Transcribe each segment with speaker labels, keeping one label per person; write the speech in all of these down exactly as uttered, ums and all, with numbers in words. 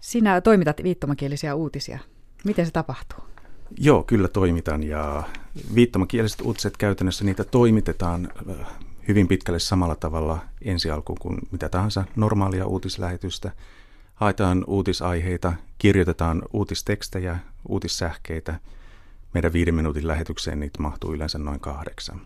Speaker 1: Sinä toimitat viittomakielisiä uutisia. Miten se tapahtuu?
Speaker 2: Joo, kyllä toimitan ja viittomakieliset uutiset käytännössä niitä toimitetaan hyvin pitkälle samalla tavalla ensi alkuun kuin mitä tahansa normaalia uutislähetystä. Haetaan uutisaiheita, kirjoitetaan uutistekstejä, uutissähkeitä. Meidän viiden minuutin lähetykseen niitä mahtuu yleensä noin kahdeksan.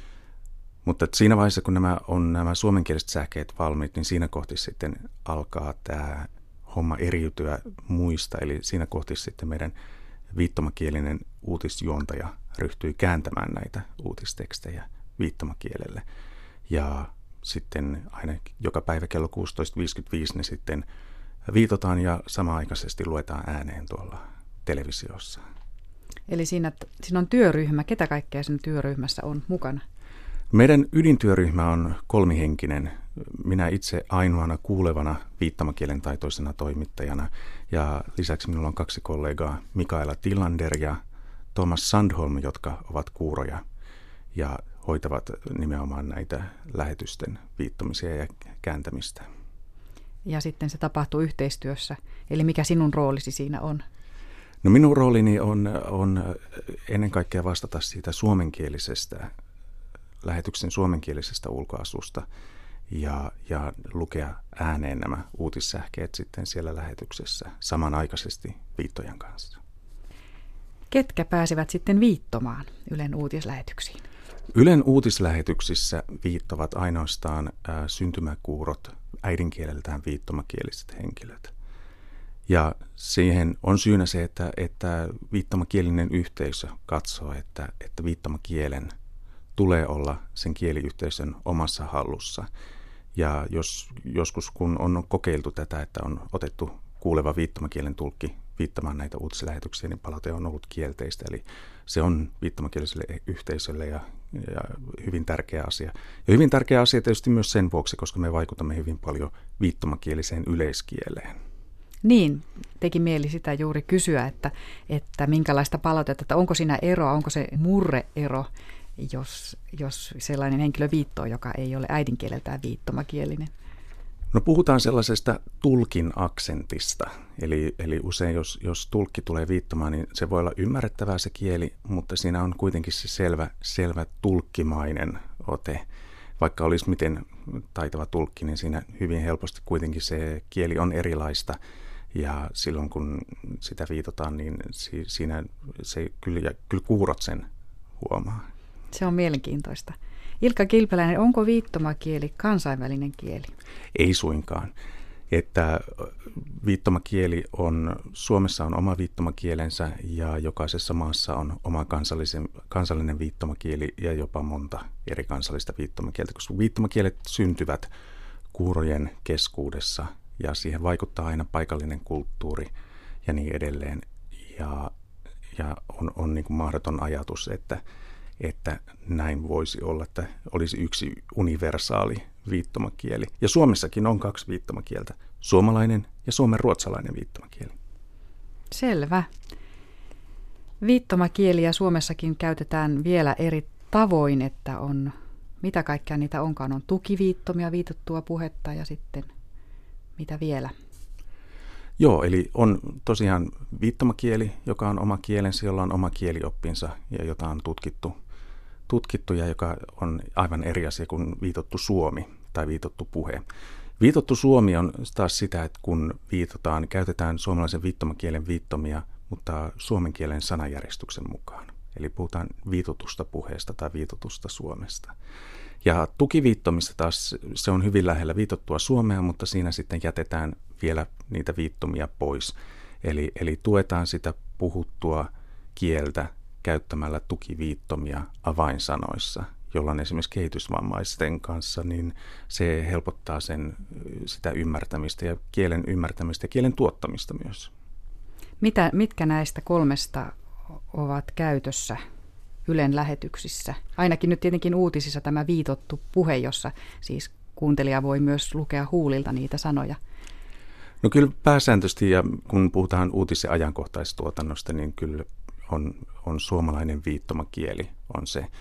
Speaker 2: Mutta siinä vaiheessa, kun nämä on nämä suomenkieliset sähkeet valmiit, niin siinä kohti sitten alkaa tämä homma eriytyä muista. Eli siinä kohti sitten meidän viittomakielinen uutisjuontaja ryhtyy kääntämään näitä uutistekstejä viittomakielelle. Ja sitten aina joka päivä kello kuusitoista viisikymmentäviisi ne sitten viitotaan ja samanaikaisesti luetaan ääneen tuolla televisiossa.
Speaker 1: Eli siinä, siinä on työryhmä. Ketä kaikkea siinä työryhmässä on mukana?
Speaker 2: Meidän ydintyöryhmä on kolmihenkinen. Minä itse ainoana kuulevana viittomakielen taitoisena toimittajana ja lisäksi minulla on kaksi kollegaa, Mikaela Tillander ja Thomas Sandholm, jotka ovat kuuroja ja hoitavat nimenomaan näitä lähetysten viittomisia ja kääntämistä.
Speaker 1: Ja sitten se tapahtuu yhteistyössä. Eli mikä sinun roolisi siinä on?
Speaker 2: No minun roolini on, on ennen kaikkea vastata siitä suomenkielisestä, lähetyksen suomenkielisestä ulkoasusta ja, ja lukea ääneen nämä uutissähkeet sitten siellä lähetyksessä samanaikaisesti viittojen kanssa.
Speaker 1: Ketkä pääsivät sitten viittomaan Ylen uutislähetyksiin?
Speaker 2: Ylen uutislähetyksissä viittovat ainoastaan ä, syntymäkuurot, äidinkieleltään viittomakieliset henkilöt. Ja siihen on syynä se, että, että viittomakielinen yhteisö katsoo, että, että viittomakielen tulee olla sen kieliyhteisön omassa hallussa. Ja jos joskus kun on kokeiltu tätä, että on otettu kuuleva viittomakielen tulkki viittamaan näitä uutislähetyksiä, niin palaute on ollut kielteistä. Eli se on viittomakieliselle yhteisölle ja, ja hyvin tärkeä asia. Ja hyvin tärkeä asia tietysti myös sen vuoksi, koska me vaikutamme hyvin paljon viittomakieliseen yleiskieleen.
Speaker 1: Niin, teki mieli sitä juuri kysyä, että, että minkälaista palautetta, että onko siinä eroa, onko se murreero, jos, jos sellainen henkilö viittoo, joka ei ole äidinkieleltään viittomakielinen?
Speaker 2: No puhutaan sellaisesta tulkin aksentista, eli, eli usein jos, jos tulkki tulee viittomaan, niin se voi olla ymmärrettävää se kieli, mutta siinä on kuitenkin se selvä, selvä tulkkimainen ote. Vaikka olisi miten taitava tulkki, niin siinä hyvin helposti kuitenkin se kieli on erilaista. Ja silloin kun sitä viitotaan, niin siinä se kyllä, kyllä kuurot sen huomaa.
Speaker 1: Se on mielenkiintoista. Ilkka Kilpeläinen, onko viittomakieli kansainvälinen kieli?
Speaker 2: Ei suinkaan. Että viittomakieli on, Suomessa on oma viittomakielensä ja jokaisessa maassa on oma kansallisen, kansallinen viittomakieli ja jopa monta eri kansallista viittomakieltä, koska viittomakielet syntyvät kuurojen keskuudessa ja siihen vaikuttaa aina paikallinen kulttuuri ja niin edelleen. Ja, ja on, on niin kuin mahdoton ajatus, että, että näin voisi olla, että olisi yksi universaali viittomakieli. Ja Suomessakin on kaksi viittomakieltä, suomalainen ja suomenruotsalainen viittomakieli.
Speaker 1: Selvä. Viittomakieliä Suomessakin käytetään vielä eri tavoin, että on, mitä kaikkea niitä onkaan, on tukiviittomia, viitottua puhetta ja sitten mitä vielä?
Speaker 2: Joo, eli on tosiaan viittomakieli, joka on oma kielensä, jolla on oma kielioppinsa ja jota on tutkittu, tutkittu ja joka on aivan eri asia kuin viitottu suomi tai viitottu puhe. Viitottu suomi on taas sitä, että kun viitotaan, käytetään suomalaisen viittomakielen viittomia, mutta suomen kielen sanajärjestyksen mukaan. Eli puhutaan viitotusta puheesta tai viitotusta suomesta. Ja tukiviittomista taas se on hyvin lähellä viitottua suomea, mutta siinä sitten jätetään vielä niitä viittomia pois. Eli, eli tuetaan sitä puhuttua kieltä käyttämällä tukiviittomia avainsanoissa, jolloin esimerkiksi kehitysvammaisten kanssa niin se helpottaa sen, sitä ymmärtämistä ja kielen ymmärtämistä ja kielen tuottamista myös.
Speaker 1: Mitä, mitkä näistä kolmesta ovat käytössä Ylen lähetyksissä? Ainakin nyt tietenkin uutisissa tämä viitottu puhe, jossa siis kuuntelija voi myös lukea huulilta niitä sanoja.
Speaker 2: No kyllä pääsääntöisesti, ja kun puhutaan uutis- ja ajankohtaistuotannosta, niin kyllä on, on suomalainen viittomakieli on se,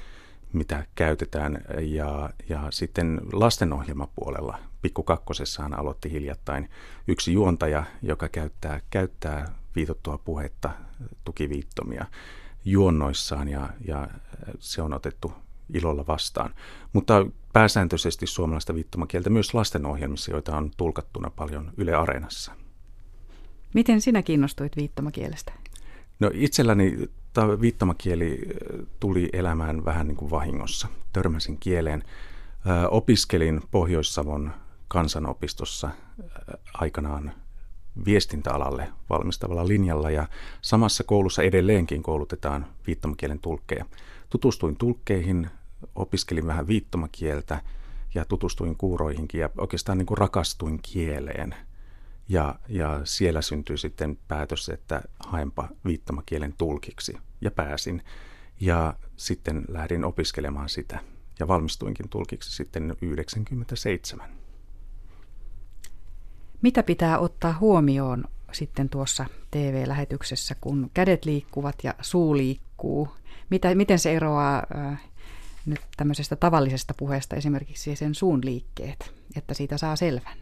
Speaker 2: mitä käytetään. Ja, ja sitten lastenohjelmapuolella Pikku Kakkosessahan aloitti hiljattain yksi juontaja, joka käyttää, käyttää viitottua puhetta, tukiviittomia juonnoissaan ja, ja se on otettu ilolla vastaan. Mutta pääsääntöisesti suomalaista viittomakieltä myös lastenohjelmissa, joita on tulkattuna paljon Yle Areenassa.
Speaker 1: Miten sinä kiinnostuit viittomakielestä?
Speaker 2: No itselläni tämä viittomakieli tuli elämään vähän niin kuin vahingossa. Törmäsin kieleen. Ö, opiskelin Pohjois-Savon kansanopistossa aikanaan viestintäalalle valmistavalla linjalla ja samassa koulussa edelleenkin koulutetaan viittomakielen tulkkeja. Tutustuin tulkkeihin, opiskelin vähän viittomakieltä ja tutustuin kuuroihinkin ja oikeastaan niin kuin rakastuin kieleen. Ja, ja siellä syntyi sitten päätös, että haenpa viittomakielen tulkiksi ja pääsin. Ja sitten lähdin opiskelemaan sitä ja valmistuinkin tulkiksi sitten yhdeksänkymmentäseitsemän.
Speaker 1: Mitä pitää ottaa huomioon sitten tuossa T V-lähetyksessä, kun kädet liikkuvat ja suu liikkuu? Mitä, miten se eroaa äh, nyt tämmöisestä tavallisesta puheesta, esimerkiksi sen suun liikkeet, että siitä saa selvän?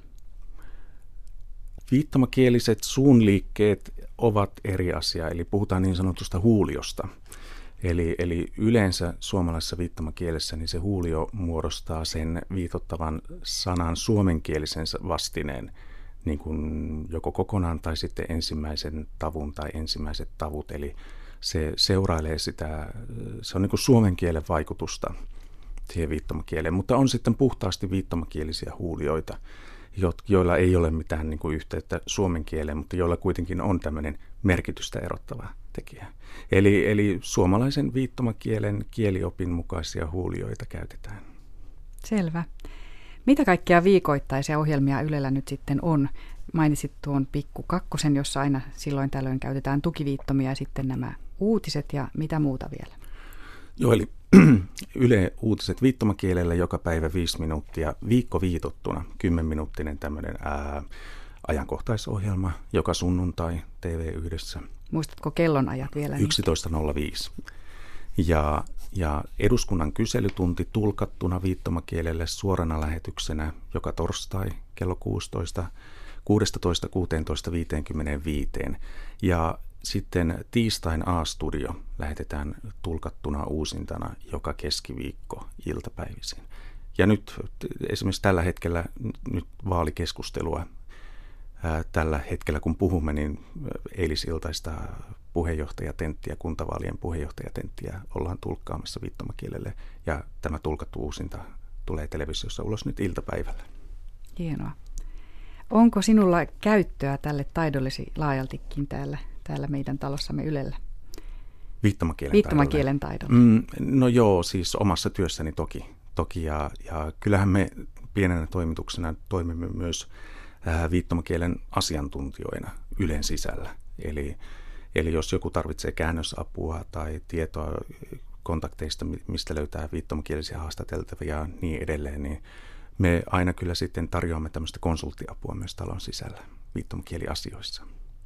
Speaker 2: Viittomakieliset suunliikkeet ovat eri asia, eli puhutaan niin sanotusta huuliosta. Eli, eli yleensä suomalaisessa viittomakielessä niin se huulio muodostaa sen viitottavan sanan suomenkielisen vastineen, niin kuin joko kokonaan tai sitten ensimmäisen tavun tai ensimmäiset tavut. Eli se seurailee sitä, se on niin kuin suomen kielen vaikutusta siihen viittomakieleen, mutta on sitten puhtaasti viittomakielisiä huulioita, joilla ei ole mitään niin kuin yhteyttä suomen kieleen, mutta joilla kuitenkin on tämmöinen merkitystä erottava tekijä. Eli, eli suomalaisen viittomakielen kieliopin mukaisia huulioita käytetään.
Speaker 1: Selvä. Mitä kaikkia viikoittaisia ohjelmia Ylellä nyt sitten on? Mainitsit tuon Pikku Kakkosen, jossa aina silloin tällöin käytetään tukiviittomia ja sitten nämä uutiset ja mitä muuta vielä?
Speaker 2: Joo, eli Yle Uutiset viittomakielellä joka päivä viisi minuuttia, viikko viitottuna, kymmenminuuttinen tämmöinen ää, ajankohtaisohjelma, joka sunnuntai T V yhdessä.
Speaker 1: Muistatko kellonajat vielä?
Speaker 2: yksitoista nolla viisi. Ja, ja eduskunnan kyselytunti tulkattuna viittomakielelle suorana lähetyksenä joka torstai kello kuusitoista, kuusitoista kuusitoista viisikymmentäviisi. Ja sitten tiistain A-studio lähetetään tulkattuna uusintana joka keskiviikko iltapäivisin. Ja nyt esimerkiksi tällä hetkellä nyt vaalikeskustelua ää, tällä hetkellä kun puhumme, niin eilisiltaista puheenjohtajatenttiä, kuntavaalien puheenjohtajatenttiä ollaan tulkkaamassa viittomakielelle ja tämä tulkattu uusinta tulee televisiossa ulos nyt iltapäivällä.
Speaker 1: Hienoa. Onko sinulla käyttöä tälle taidollesi laajaltikin täällä? täällä meidän talossamme Ylellä?
Speaker 2: Viittomakielen,
Speaker 1: Viittomakielen taidolla.
Speaker 2: Mm, no joo, siis omassa työssäni toki. toki ja, ja kyllähän me pienenä toimituksena toimimme myös ää, viittomakielen asiantuntijoina Ylen sisällä. Eli, eli jos joku tarvitsee käännösapua tai tietoa kontakteista, mistä löytää viittomakielisiä haastateltavia ja niin edelleen, niin me aina kyllä sitten tarjoamme tämmöistä konsulttiapua myös talon sisällä viittomakieliasioissa.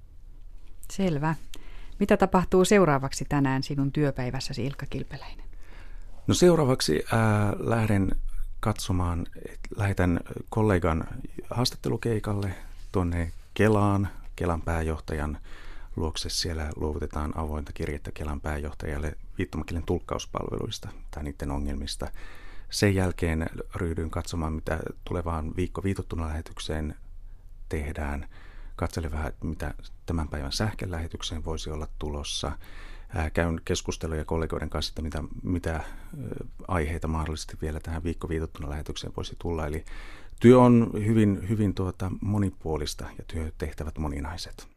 Speaker 1: Selvä. Mitä tapahtuu seuraavaksi tänään sinun työpäivässäsi, Ilkka Kilpeläinen?
Speaker 2: No seuraavaksi ää, lähden katsomaan, lähetän kollegan haastattelukeikalle tuonne Kelaan, Kelan pääjohtajan luokse. Siellä luovutetaan avointa kirjettä Kelan pääjohtajalle viittomakielen tulkkauspalveluista tai niiden ongelmista. Sen jälkeen ryhdyin katsomaan, mitä tulevaan viikko viitottuna lähetykseen tehdään. Katselen vähän, mitä tämän päivän sähkölähetykseen voisi olla tulossa. Käyn keskusteluja kollegoiden kanssa, että mitä, mitä aiheita mahdollisesti vielä tähän viikko viitottuna lähetykseen voisi tulla. Eli työ on hyvin, hyvin tuota monipuolista ja työtehtävät moninaiset.